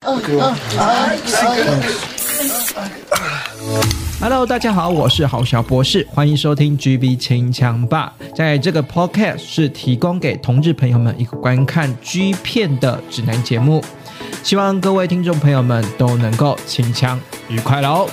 Hello， 大家好，我是郝小博士，欢迎收听 GB 清枪吧。在这个 podcast 是提供给同志朋友们一个观看 G 片的指南节目，希望各位听众朋友们都能够清枪愉快喽。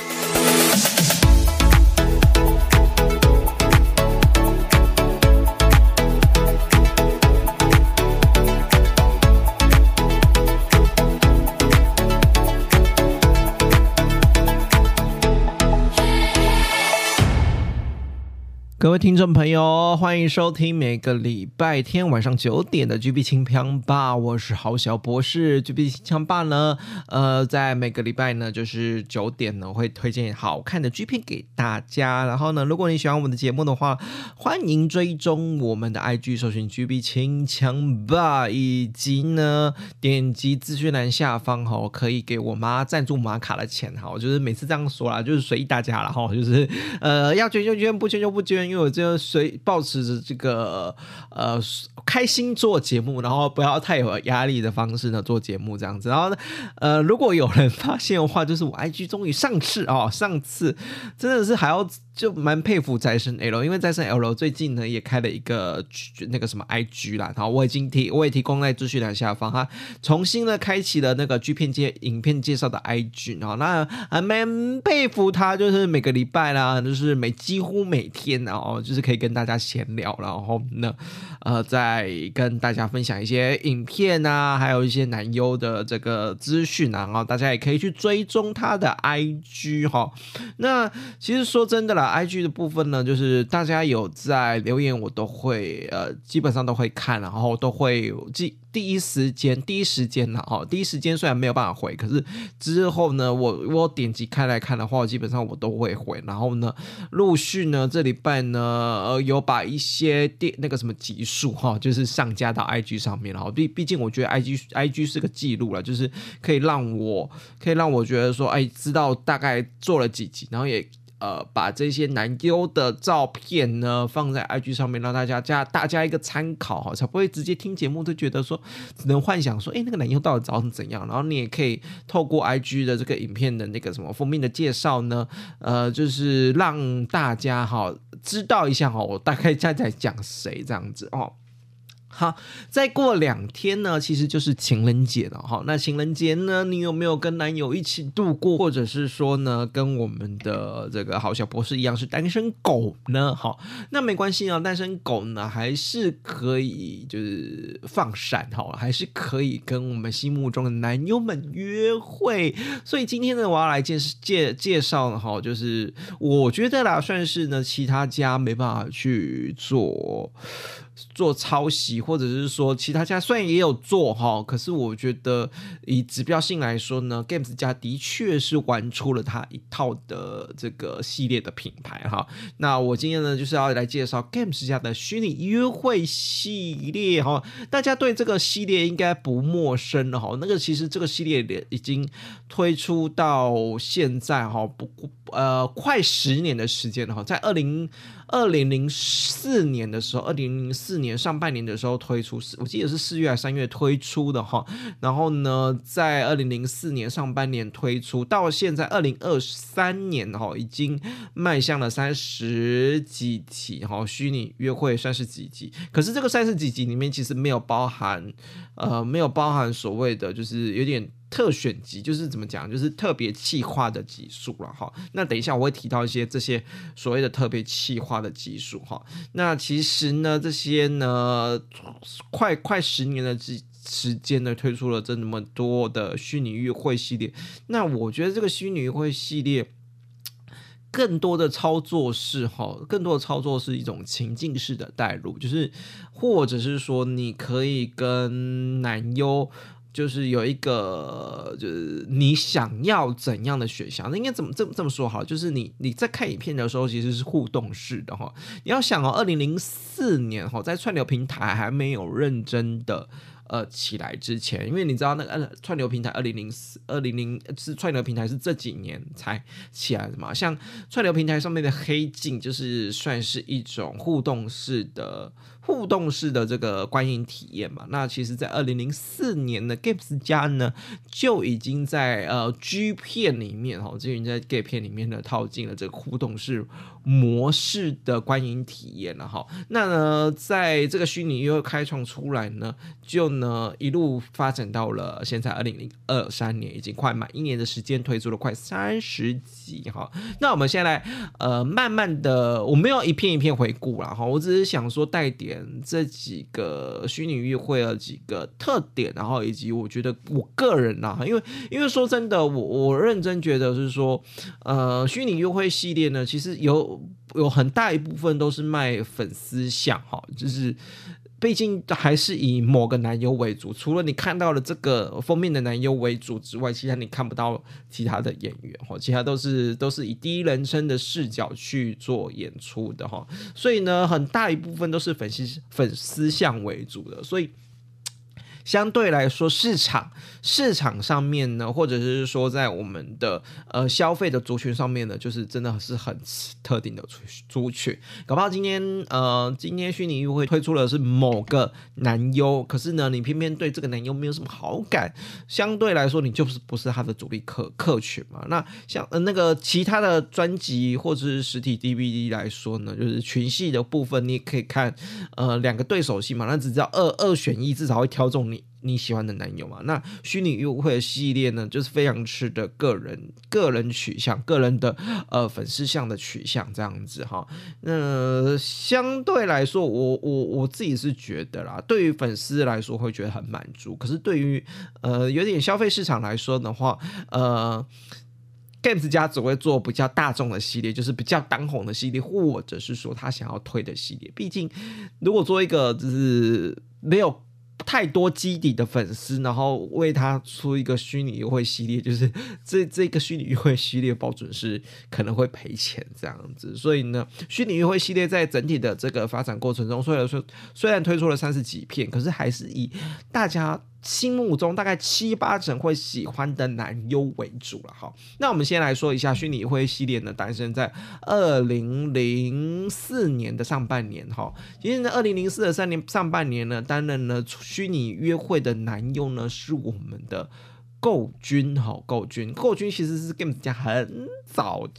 各位听众朋友，欢迎收听每个礼拜天晚上9点的 GB 清枪吧，我是郝小博士。GB 清枪吧呢，在每个礼拜呢，就是9点呢，会推荐好看的 G 片给大家。然后呢，如果你喜欢我们的节目的话，欢迎追踪我们的 IG， 搜寻 GB 清枪吧，以及呢，点击资讯栏下方可以给我妈赞助玛卡的钱就是每次这样说啦，就是随意大家啦就是要捐就捐，不捐就不捐。因为我就抱持着这个开心做节目，然后不要太有压力的方式呢做节目这样子。然后如果有人发现的话，就是我 IG 终于上次真的是还要就蛮佩服再生 L， 因为再生 L 最近呢也开了一个那个什么 IG 啦，然后我也提供在资讯栏下方，他重新的开启了那个 G 片影片介绍的 IG， 然后那还蛮佩服他，就是每个礼拜啦，就是几乎每天就是可以跟大家闲聊，然后呢再跟大家分享一些影片啊，还有一些男优的这个资讯啊，然后大家也可以去追踪他的 IG 那其实说真的啦，IG 的部分呢，就是大家有在留言，我都会基本上都会看，然后都会第一时间虽然没有办法回，可是之后呢，我点击开来看的话，基本上我都会回。然后呢，陆续呢这礼拜呢有把一些那个什么集数就是上架到 IG 上面，然后毕竟我觉得 IG 是个记录啦，就是可以让我觉得说知道大概做了几集，然后也把这些男优的照片呢放在 IG 上面，让大家一个参考才不会直接听节目就觉得说只能幻想说那个男优到底长怎样。然后你也可以透过 IG 的这个影片的那个什么封面的介绍呢，就是让大家知道一下我大概在讲谁这样子好，再过2天呢，其实就是情人节了那情人节呢，你有没有跟男友一起度过，或者是说呢，跟我们的这个郝小博士一样是单身狗呢？那没关系单身狗呢还是可以就是放闪还是可以跟我们心目中的男友们约会。所以今天呢，我要来介绍就是我觉得啦，算是呢其他家没办法去做抄袭，或者是说其他家虽然也有做可是我觉得以指标性来说呢 Games 家的确是玩出了他一套的这个系列的品牌那我今天呢就是要来介绍 Games 家的虚拟约会系列大家对这个系列应该不陌生了那个其实这个系列已经推出到现在快10年的时间了在2004年的时候，2004年上半年的时候推出，我记得是4月还是3月推出的然后呢，在2004年上半年推出，到现在2023年已经迈向了30几集虚拟约会30几集，可是这个30几集里面其实没有包含所谓的就是有点特选集，就是怎么讲，就是特别企划的集数了那等一下我会提到一些这些所谓的特别企划的集数那其实呢，这些呢快10年的时间呢，推出了这么多的虚拟约会系列。那我觉得这个虚拟约会系列更多的操作是一种情境式的带入，就是或者是说你可以跟男优就是有一个就是你想要怎样的选项，那应该这么说好，就是你在看影片的时候其实是互动式的你要想2004年在串流平台还没有认真的起来之前，因为你知道那个串流平台是串流平台是这几年才起来的嘛，像串流平台上面的黑镜就是算是一种互动式的这个观影体验嘛。那其实在2004年的 Games 家呢就已经在G 片里面就已经在 Gay 片里面呢套进了这个互动式模式的观影体验了哈。那呢在这个虚拟约会开创出来呢，就呢一路发展到了现在2023年，已经快满1年的时间，推出了快30集哈。那我们现在慢慢的，我没有一片一片回顾啦哈，我只是想说带点这几个虚拟约会的几个特点，然后以及我觉得我个人啦，因为说真的，我认真觉得是说，虚拟约会系列呢，其实有很大一部分都是卖粉丝像哈，就是毕竟还是以某个男优为主，除了你看到了这个封面的男优为主之外，其他你看不到其他的演员哈，其他都是以第一人称的视角去做演出的哈，所以呢，很大一部分都是粉丝像为主的，所以相对来说市场上面呢，或者是说在我们的消费的族群上面呢，就是真的是很特定的族群。搞不好今天虚拟约会推出的是某个男优，可是呢你偏偏对这个男优没有什么好感，相对来说你就是不是他的主力客群嘛。那像那个其他的专辑或者是实体 DVD 来说呢，就是群戏的部分你也可以看2个对手戏嘛，那只知道二选一，至少会挑中你喜欢的男友嘛。那虚拟约会的系列呢，就是非常吃的个人取向，个人的粉丝向的取向这样子哈。那相对来说，我自己是觉得啦，对于粉丝来说会觉得很满足，可是对于有点消费市场来说的话Games 家只会做比较大众的系列，就是比较当红的系列，或者是说他想要推的系列。毕竟如果做一个就是没有太多基底的粉丝，然后为他出一个虚拟约会系列，就是这个虚拟约会系列标准是可能会赔钱这样子。所以呢，虚拟约会系列在整体的这个发展过程中，虽然推出了30几片，可是还是以大家心目中大概7-8成会喜欢的男优为主了哈。那我们先来说一下虚拟约会系列呢，诞生在2004年的上半年哈。其实呢，2004的上半年呢，担任了虚拟约会的男优呢是我们的构君哈。构君其实是 Games 家很早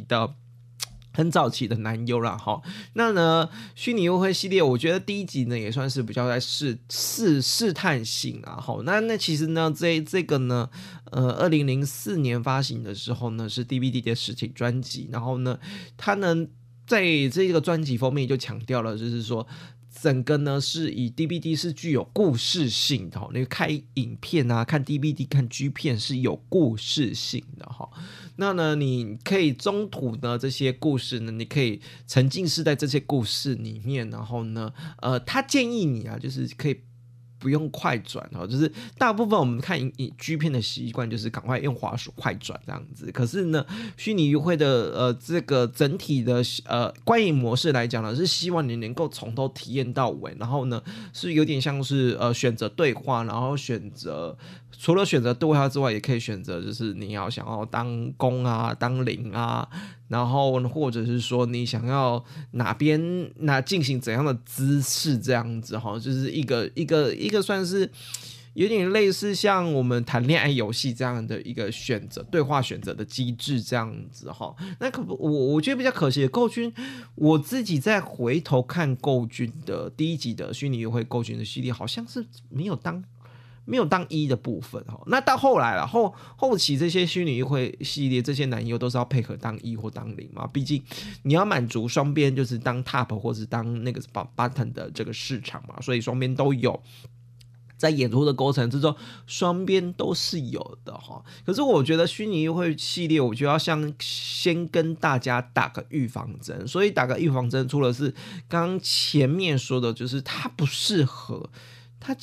期的男优啦哈。那呢，虚拟约会系列，我觉得第一集呢也算是比较在试探性啦哈。那其实呢，这个呢，2004年发行的时候呢是 DVD 的实体专辑，然后呢，它呢在这个专辑封面就强调了，就是说整个呢是以 DVD 是具有故事性的，你看影片啊，看 DVD 看 G 片是有故事性的哈。那呢，你可以中途呢这些故事呢，你可以沉浸式在这些故事里面，然后呢，他建议你啊，就是可以不用快转哦，就是大部分我们看G 片的习惯就是赶快用滑鼠快转这样子。可是呢，虚拟约会的这个整体的观影模式来讲呢，是希望你能够从头体验到尾，然后呢是有点像是选择对话，然后除了选择对话之外，也可以选择就是你想要当公啊，当零啊。然后或者是说你想要进行怎样的姿势这样子哈，就是一个算是有点类似像我们谈恋爱游戏这样的一个对话选择的机制这样子哈。那我觉得比较可惜的构君，我自己在回头看构君的第一集的虚拟约会构君的系列，好像是没有当一的部分哈。那到后来了后期这些虚拟约会系列，这些男优都是要配合当一或当零嘛，毕竟你要满足双边，就是当 top 或是当那个 bottom 的这个市场嘛，所以双边都有。在演出的过程之中，双边都是有的哈。可是我觉得虚拟约会系列，我就要先跟大家打个预防针。所以打个预防针，除了是刚前面说的，就是它不适合，它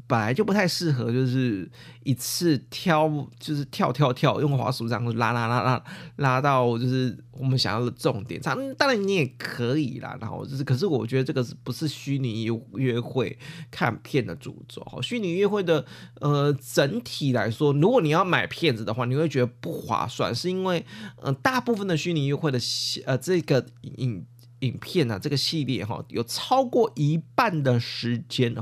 本来就不太适合，就是一次就是跳，用滑鼠这样拉到就是我们想要的重点。当然你也可以啦，然后就是，可是我觉得这个不是虚拟约会看片的主轴。虚拟约会的整体来说，如果你要买片子的话，你会觉得不划算，是因为大部分的虚拟约会的这个影片啊，这个系列有超过一半的时间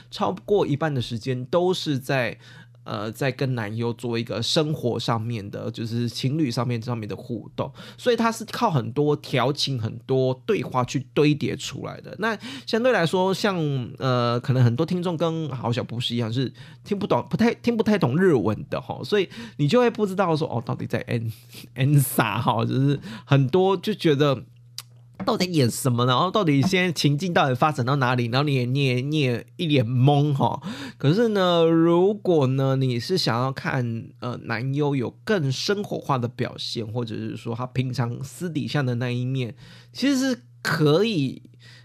都是在跟男优做一个生活上面的，就是情侣上面的互动，所以它是靠很多调情、很多对话去堆叠出来的。那相对来说，像可能很多听众跟好小博士一样，是听不太懂日文的所以你就会不知道说到底在 N 啥就是很多就觉得。到底演什么？然后到底现在情境到底发展到哪里？然后你也一脸懵可是呢，如果呢你是想要看男优有更生活化的表现，或者是说他平常私底下的那一面，其实是可以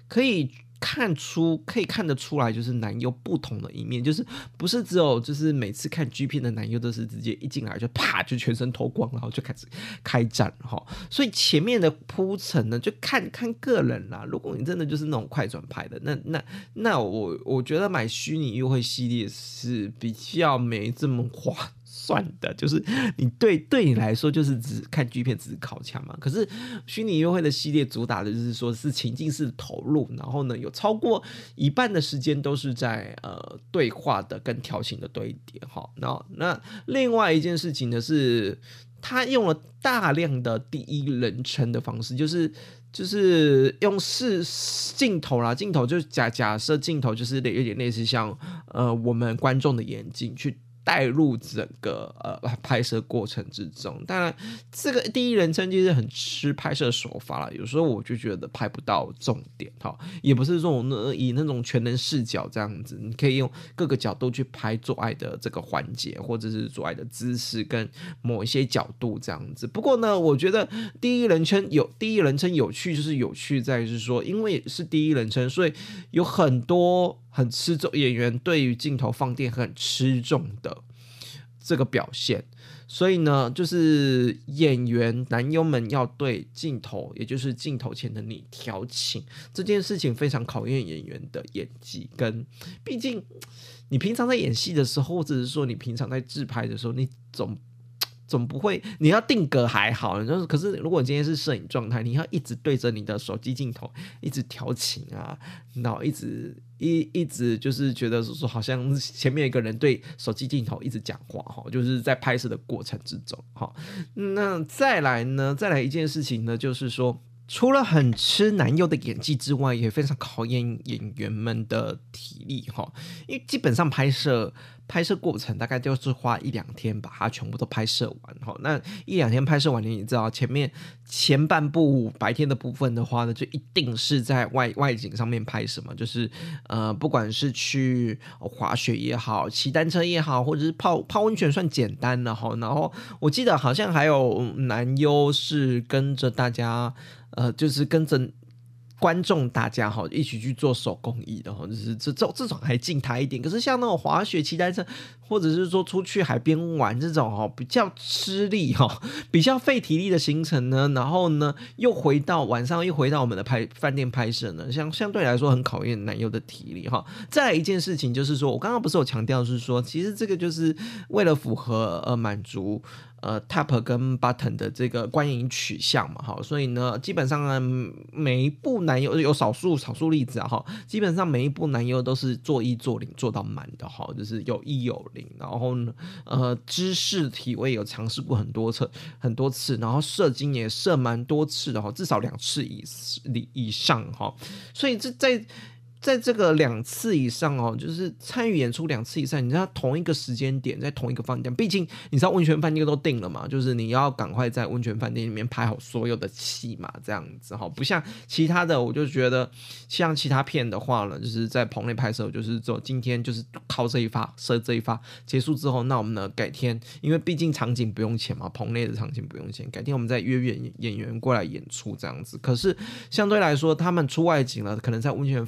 看得出来，就是男优不同的一面，就是不是只有就是每次看 G 片的男优都是直接一进来就啪就全身脱光，然后就开始开战所以前面的铺陈呢，就看个人啦。如果你真的就是那种快转派的，那我觉得买虚拟约会系列是比较没这么划算的，就是你对你来说就是只看 G 片只是靠墙嘛。可是虚拟约会的系列主打的就是说是情境式的投入，然后呢有超过一半的时间都是在对话的跟调情的堆叠那另外一件事情呢是他用了大量的第一人称的方式，就是用镜头啦，镜头就假设镜头就是有点类似像我们观众的眼睛去带入整个拍摄过程之中。当然这个第一人称其实很吃拍摄手法啦，有时候我就觉得拍不到重点也不是说以那种全能视角这样子，你可以用各个角度去拍做爱的这个环节，或者是做爱的姿势跟某一些角度这样子。不过呢，我觉得第一人称有趣，就是有趣在是说，因为是第一人称，所以有很多很吃重演员对于镜头放电很吃重的这个表现，所以呢，就是演员男优们要对镜头，也就是镜头前的你调情这件事情，非常考验演员的演技。跟毕竟你平常在演戏的时候，或者是说你平常在自拍的时候，你总不会，你要定格还好，可是如果今天是摄影状态，你要一直对着你的手机镜头一直调情啊，然后一直就是觉得说好像前面有一个人对手机镜头一直讲话就是在拍摄的过程之中那再来一件事情呢，就是说除了很吃男优的演技之外，也非常考验演员们的体力因为基本上拍摄过程大概就是花1-2天把它全部都拍摄完那1-2天拍摄完，你知道前半部白天的部分的话呢，就一定是在外景上面拍什么，就是不管是去滑雪也好，骑单车也好，或者是泡温泉算简单的然后我记得好像还有男优是跟着大家就是跟着观众大家一起去做手工艺的就是这种还静态一点。可是像那种滑雪、骑单车，或者是说出去海边玩这种比较吃力比较费体力的行程呢，然后呢晚上又回到我们的饭店拍摄呢，相对来说很考验男优的体力再来一件事情就是说，我刚刚不是有强调是说，其实这个就是为了符合满足Top 跟 Bottom 的这个观影取向嘛所以呢基本上呢每一部男优有少数例子基本上每一部男优都是做1做0做到满的就是有1有0，然后呢姿势体位有尝试过很多次，然后射精也射蛮多次的至少2次以上所以在这个2次以上就是参与演出2次以上，你知道同一个时间点在同一个饭店，毕竟你知道温泉饭店都定了嘛，就是你要赶快在温泉饭店里面拍好所有的戏嘛，这样子不像其他的，我就觉得像其他片的话呢，就是在棚内拍摄，就是说今天就是靠这一发射这一发结束之后，那我们呢改天，因为毕竟场景不用钱嘛，棚内的场景不用钱，改天我们再约演员过来演出这样子。可是相对来说，他们出外景了，可能在温泉饭店里面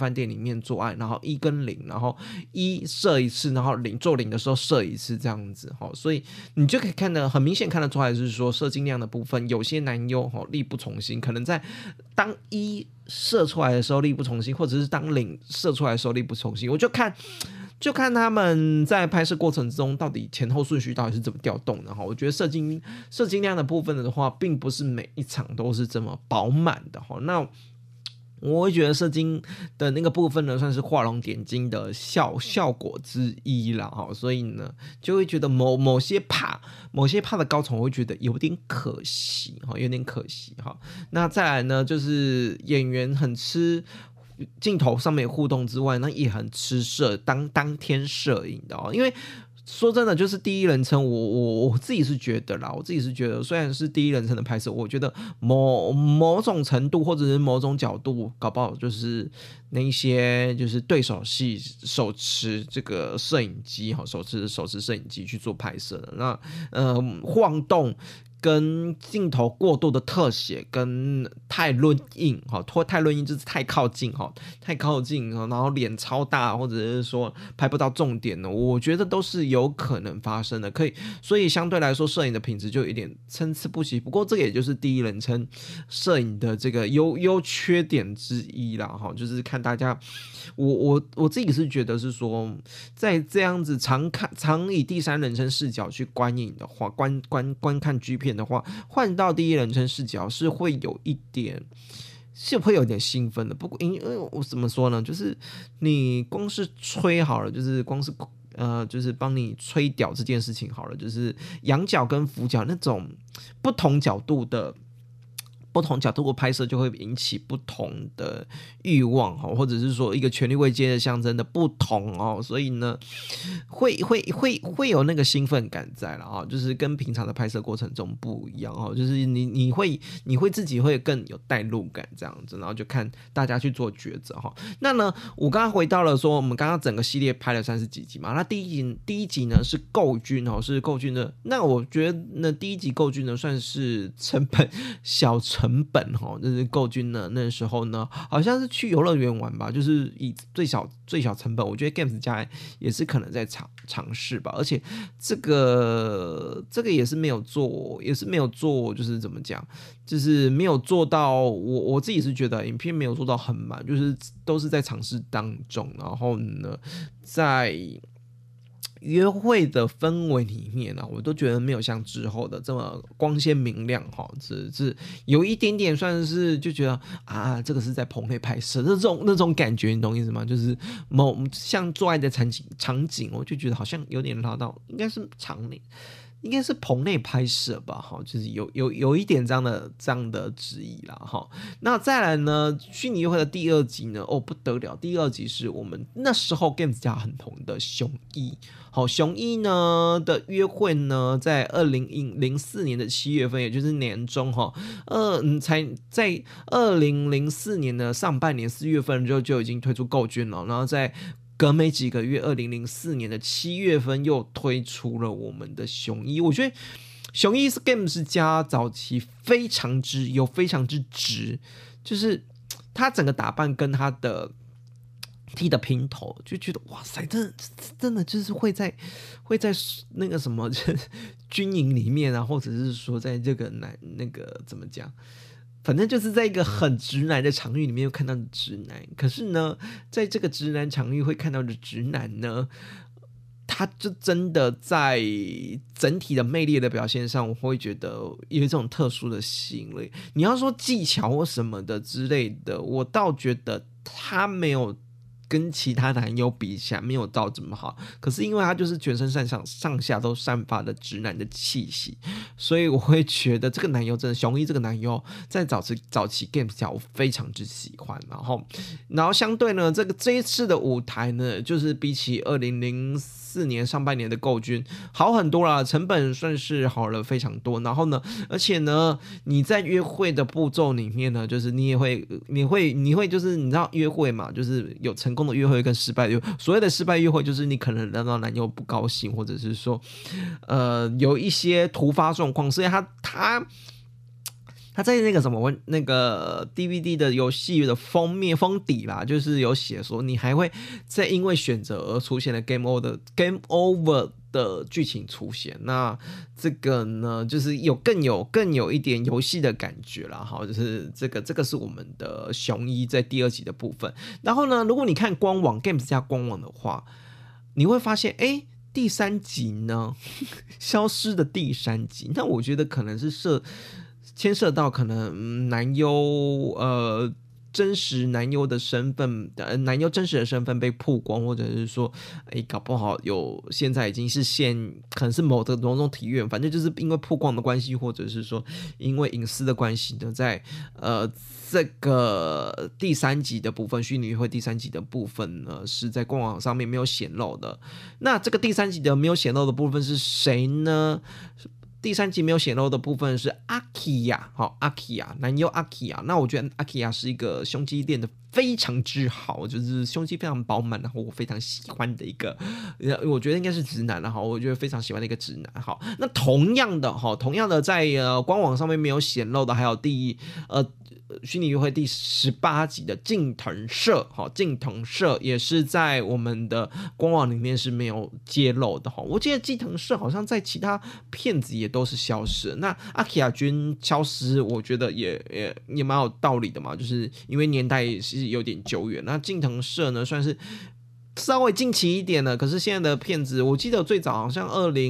面做爱，然后1跟0，然后1射一次，然后做0的时候射一次这样子，所以你就可以很明显看得出来，是说射精量的部分，有些男优力不从心，可能在当1射出来的时候力不从心，或者是当0射出来的时候力不从心，我就看他们在拍摄过程中到底前后顺序到底是怎么调动的。我觉得射精量的部分的话，并不是每一场都是这么饱满的。那我会觉得射精的那个部分呢，算是画龙点睛的效果之一啦，所以呢，就会觉得某些怕的高潮，我会觉得有点可惜，那再来呢，就是演员很吃镜头上面互动之外，那也很吃当天摄影的，因为说真的，就是第一人称，我自己是觉得啦，虽然是第一人称的拍摄，我觉得某种程度或者是某种角度，搞不好就是那一些就是对手戏手持这个摄影机，手持摄影机去做拍摄的，那晃动跟镜头过度的特写跟太论印就是太靠近，然后脸超大，或者是说拍不到重点呢，我觉得都是有可能发生的，所以相对来说摄影的品质就有点参差不齐。不过这个也就是第一人称摄影的这个优缺点之一啦，就是看大家，我自己是觉得是说，在这样子常以第三人称视角去观影的话，观看 G 片的话，换到第一人称视角是会有点兴奋的。不过因为我怎么说呢，就是你光是吹好了，就是光是就是帮你吹屌这件事情好了，就是仰角跟俯角那种不同角度的拍摄，就会引起不同的欲望，或者是说一个权力位阶的象征的不同，所以呢会有那个兴奋感在了，就是跟平常的拍摄过程中不一样，就是你会自己会更有代入感这样子，然后就看大家去做抉择。那呢我刚刚回到了说，我们刚刚整个系列拍了30几集嘛，那第一集呢是构军的，那我觉得呢第一集构军呢算是小成本，就是构军呢那时候呢好像是去游乐园玩吧，就是以最小成本，我觉得 Games 家也是可能在尝试吧，而且这个也是没有做，就是怎么讲，就是没有做到，我自己是觉得影片没有做到很满，就是都是在尝试当中，然后呢在约会的氛围里面我都觉得没有像之后的这么光鲜明亮，只是有一点点算是就觉得这个是在棚内拍摄那种感觉，你懂意思吗？就是像做爱的场景，我就觉得好像有点拉到，应该是棚内拍摄吧，就是有一点这样的质疑啦，那再来呢，虚拟约会的第2集呢，不得了，第2集是我们那时候 Games 家很红的熊一。熊一呢的约会呢，在2004年的7月份，也就是年中才在2004年的上半年4月份就已经推出构军了，然后在隔没几个月2004年的7月份又推出了我们的熊一。我觉得熊一是 Games 家早期非常之直，就是他整个打扮跟他的剃的平头，就觉得哇塞，真的就是会在那个什么军营里面啊，或者是说在这个那个怎么讲，反正就是在一个很直男的场域里面又看到的直男。可是呢，在这个直男场域会看到的直男呢，他就真的在整体的魅力的表现上，我会觉得有一种特殊的吸引力。你要说技巧或什么的之类的，我倒觉得他没有跟其他男优比起来没有到这么好，可是因为他就是全身上下都散发的直男的气息，所以我会觉得这个男优真的，熊一这个男优在早期 Games 下我非常之喜欢，然后相对呢，这一次的舞台呢，就是比起2004年上半年的构军好很多啦，成本算是好了非常多。然后呢，而且呢，你在约会的步骤里面呢，就是你会就是你知道约会嘛，就是有成功的约会跟失败的约会。所谓的失败约会，就是你可能让到男友不高兴，或者是说有一些突发状况，所以他在那个什么那个 DVD 的游戏的封底啦，就是有写说你还会再因为选择而出现的 Game Over 的剧情出现。那这个呢，就是更有一点游戏的感觉啦。好，就是这个是我们的雄一在第2集的部分。然后呢，如果你看官网 Games 加官网的话，你会发现，第3集呢，消失的第3集，那我觉得可能是牵涉到可能男优真实男优的身份，男优真实的身份被曝光，或者是说，搞不好现在已经是可能是某种体院，反正就是因为曝光的关系，或者是说因为隐私的关系呢，在这个第3集的部分，虚拟约会第3集的部分呢，是在官网上面没有显露的。那这个第3集的没有显露的部分是谁呢？第3集没有显露的部分是阿基亚，男优阿基亚。那我觉得阿基亚是一个胸肌练得非常之好，就是胸肌非常饱满，然后我非常喜欢的一个，我觉得应该是直男了哈，我觉得非常喜欢的一个直男。好，那同样的在官网上面没有显露的，还有虚拟约会第18集的近藤社，近藤社也是在我们的官网里面是没有揭露的。我记得近藤社好像在其他片子也都是消失。那阿基亚君消失，我觉得也蛮有道理的嘛，就是因为年代是有点久远。那近藤社呢，算是稍微近期一点的，可是现在的片子，我记得最早好像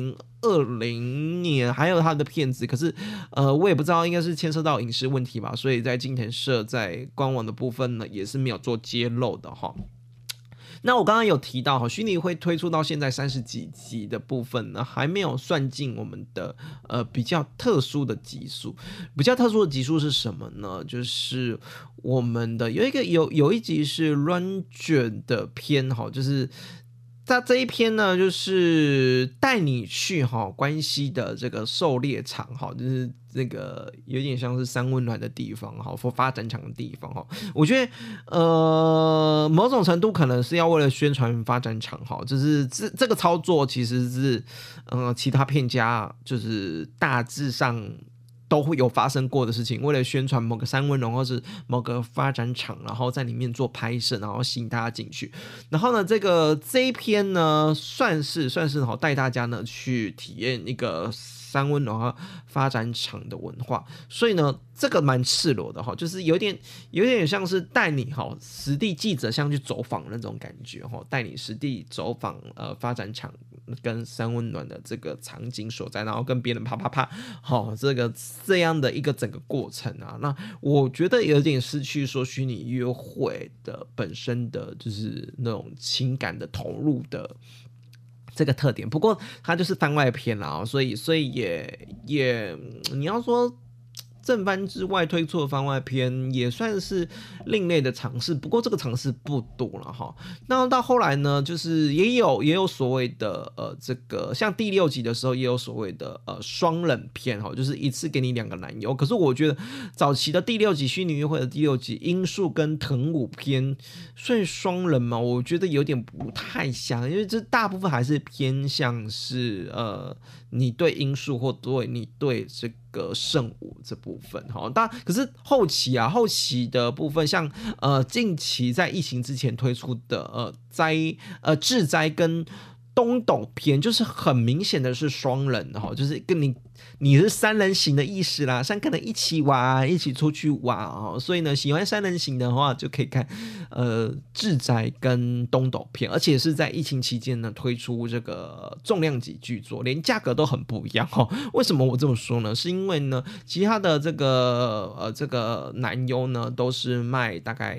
2020年还有他的片子，可是我也不知道，应该是牵涉到影视问题吧，所以在金田社在官网的部分呢，也是没有做揭露的哈。那我刚刚有提到虚拟会推出到现在30几集的部分呢，还没有算进我们的比较特殊的集数。比较特殊的集数是什么呢？就是我们的有一集是软卷的篇就是他这一篇呢，就是带你去关西的这个狩猎场就是这个有点像是三温暖的地方发展场的地方我觉得某种程度可能是要为了宣传发展场就是这个操作其实是其他片家就是大致上都会有发生过的事情，为了宣传某个三温暖或是某个发展场，然后在里面做拍摄，然后吸引大家进去。然后呢，这一篇呢，算是带大家呢去体验一个三温暖发展场的文化，所以呢，这个蛮赤裸的就是有点像是带你实地记者像去走访那种感觉带你实地走访发展场跟三温暖的这个场景所在，然后跟别人啪这样的一个整个过程啊，那我觉得有点失去说虚拟约会的本身的就是那种情感的投入的这个特点。不过它就是番外篇啦，所以也你要说正番之外推出的番外篇也算是另类的尝试，不过这个尝试不多了那到后来呢，就是也有所谓的这个像第6集的时候也有所谓的双人篇就是一次给你2个男优。可是我觉得早期的第6集虚拟约会的第6集樱树跟藤武篇算双人嘛，我觉得有点不太像，因为这大部分还是偏向是你对樱树或你对这个圣武这部分可是后期的部分，像近期在疫情之前推出的智哉跟东斗篇，就是很明显的是双人就是跟你是3人行的意思啦，像可能一起玩一起出去玩所以呢喜欢3人行的话就可以看智哉跟东斗篇，而且是在疫情期间呢推出这个重量级巨作，连价格都很不一样为什么我这么说呢？是因为呢其他的这个男优呢都是卖大概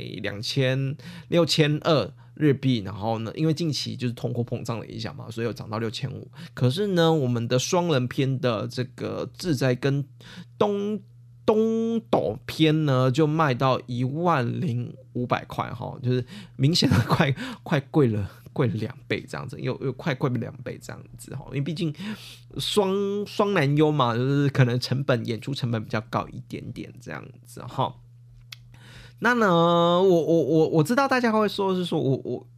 6200日币，然后呢因为近期就是通货膨胀的影响嘛，所以有涨到6500。可是呢我们的双人篇的这个智哉跟东斗篇呢就卖到10500块就是明显的快贵了2倍这样子，又快贵2倍这样子因为毕竟双男优嘛，就是可能演出成本比较高一点点这样子那呢，我知道大家会说是说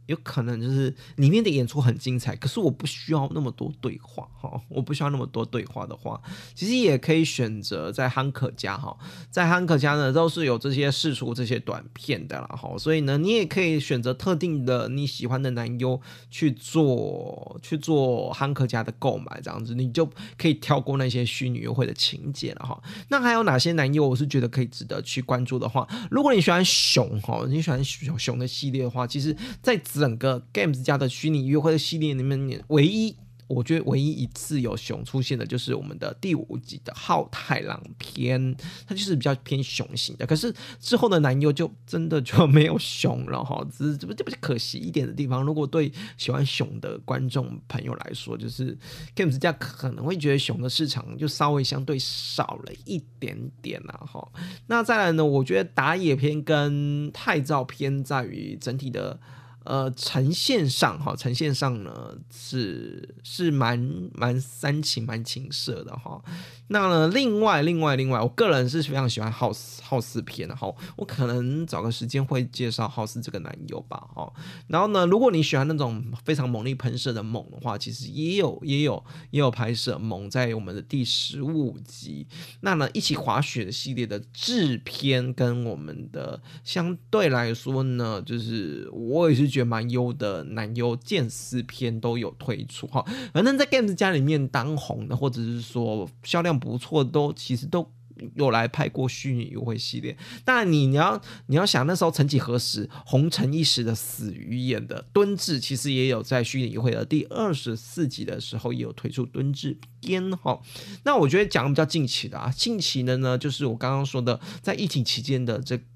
有可能就是里面的演出很精彩，可是我不需要那么多对话哈，我不需要那么多对话的话，其实也可以选择在汉可家哈，在汉可家呢都是有这些释出这些短片的啦哈，所以呢你也可以选择特定的你喜欢的男优去做汉可家的购买，这样子你就可以跳过那些虚拟优惠的情节了哈。那还有哪些男优我是觉得可以值得去关注的话，如果你喜欢熊哈，你喜欢熊的系列的话，其实在整个 Games 家的虚拟约会的系列里面，我觉得唯一一次有熊出现的就是我们的第5集的浩太郎篇，它就是比较偏熊型的，可是之后的男优就真的就没有熊了哈，这不是可惜一点的地方。如果对喜欢熊的观众朋友来说，就是 Games 家可能会觉得熊的市场就稍微相对少了一点点啦哈。那再来呢，我觉得打野篇跟太照篇在于整体的呈现上呢是蛮煽情蛮情色的哈。那呢，另外，我个人是非常喜欢浩斯篇的哈，我可能找个时间会介绍浩斯这个男优吧哈。然后呢，如果你喜欢那种非常猛力喷射的猛的话，其实也有拍摄猛在我们的第15集。那呢，一起滑雪的系列的制篇跟我们的相对来说呢，就是我也是觉得蛮优的男优剑斯篇都有推出哈。反正在 Games 家里面当红的，或者是说销量不错的，其实都有来拍过虚拟优惠系列。当然你要想那时候曾几何时红尘一时的死鱼演的敦志，其实也有在虚拟优惠的第24集的时候也有推出敦志篇哈。那我觉得讲比较近期的近期的呢，就是我刚刚说的在疫情期间的这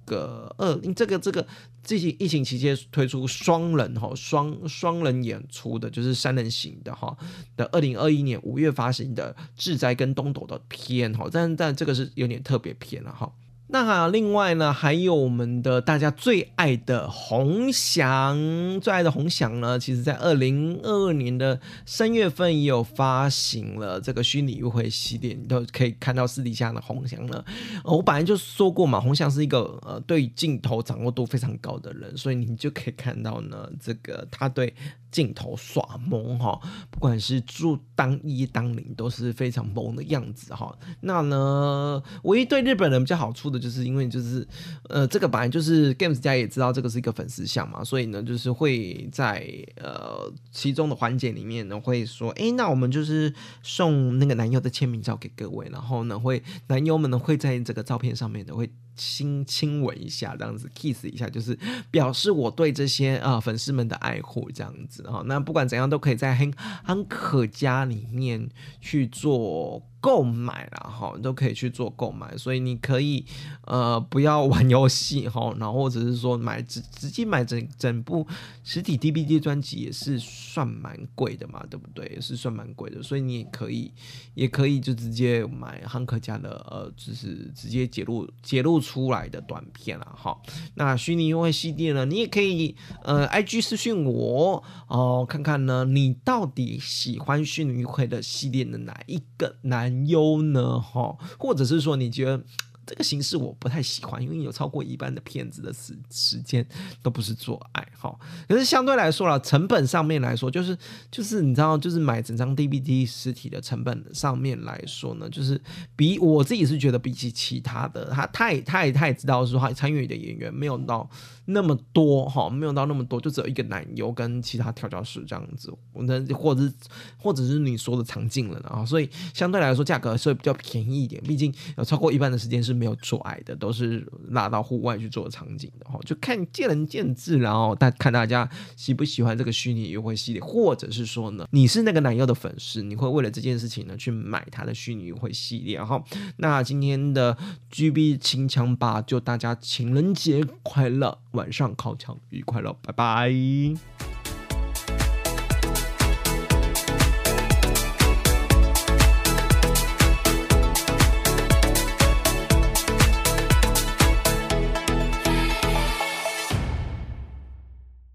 疫情期间推出双人演出的，就是3人行的哈的2021年5月发行的志哉跟东斗的片哈，但这个是有点特别篇了哈。那另外呢，还有我们的大家最爱的宏翔呢，其实在2022年的3月份也有发行了这个虚拟优惠系列，你都可以看到私底下的宏翔呢。我本来就说过嘛，宏翔是一个对镜头掌握度非常高的人，所以你就可以看到呢，这个他对镜头耍萌哈，不管是当一当零都是非常萌的样子哈。那呢，唯一对日本人比较好处的就是因为就是这个本来就是 Games 家也知道这个是一个粉丝项嘛，所以呢就是会在其中的环节里面呢会说，那我们就是送那个男优的签名照给各位，然后呢男优们呢会在这个照片上面呢会亲吻一下，这样子 kiss 一下，就是表示我对这些粉丝们的爱护这样子哈。那不管怎样都可以在汉可家里面去做购买啦哈，都可以去做购买，所以你可以不要玩游戏哈，然后或者是说直接买整部实体 DVD 专辑也是算蛮贵的嘛，对不对？也是算蛮贵的，所以你也可以就直接买汉可家的就是直接揭露出来的短片啦哈。那虚拟优惠系列呢，你也可以IG 私讯我看看呢你到底喜欢虚拟优惠的系列的哪一个男优呢哈，或者是说你觉得这个形式我不太喜欢，因为有超过一半的片子的时间都不是做爱哈。可是相对来说啦，成本上面来说，就是你知道，就是买整张 DVD 实体的成本上面来说呢，就是比我自己是觉得比起其他的，他也知道说他参与的演员没有到那么多哈，没有到那么多，就只有一个男优跟其他调教师这样子，或者是你说的常进人啊，所以相对来说价格是会比较便宜一点，毕竟有超过一半的时间是没有做爱的，都是拉到户外去做场景的哈，就看见仁见智，然后看大家喜不喜欢这个虚拟约会系列，或者是说呢，你是那个男优的粉丝，你会为了这件事情呢去买他的虚拟约会系列哈。那今天的 GB 清枪吧，就大家情人节快乐，晚上靠枪愉快乐，拜拜。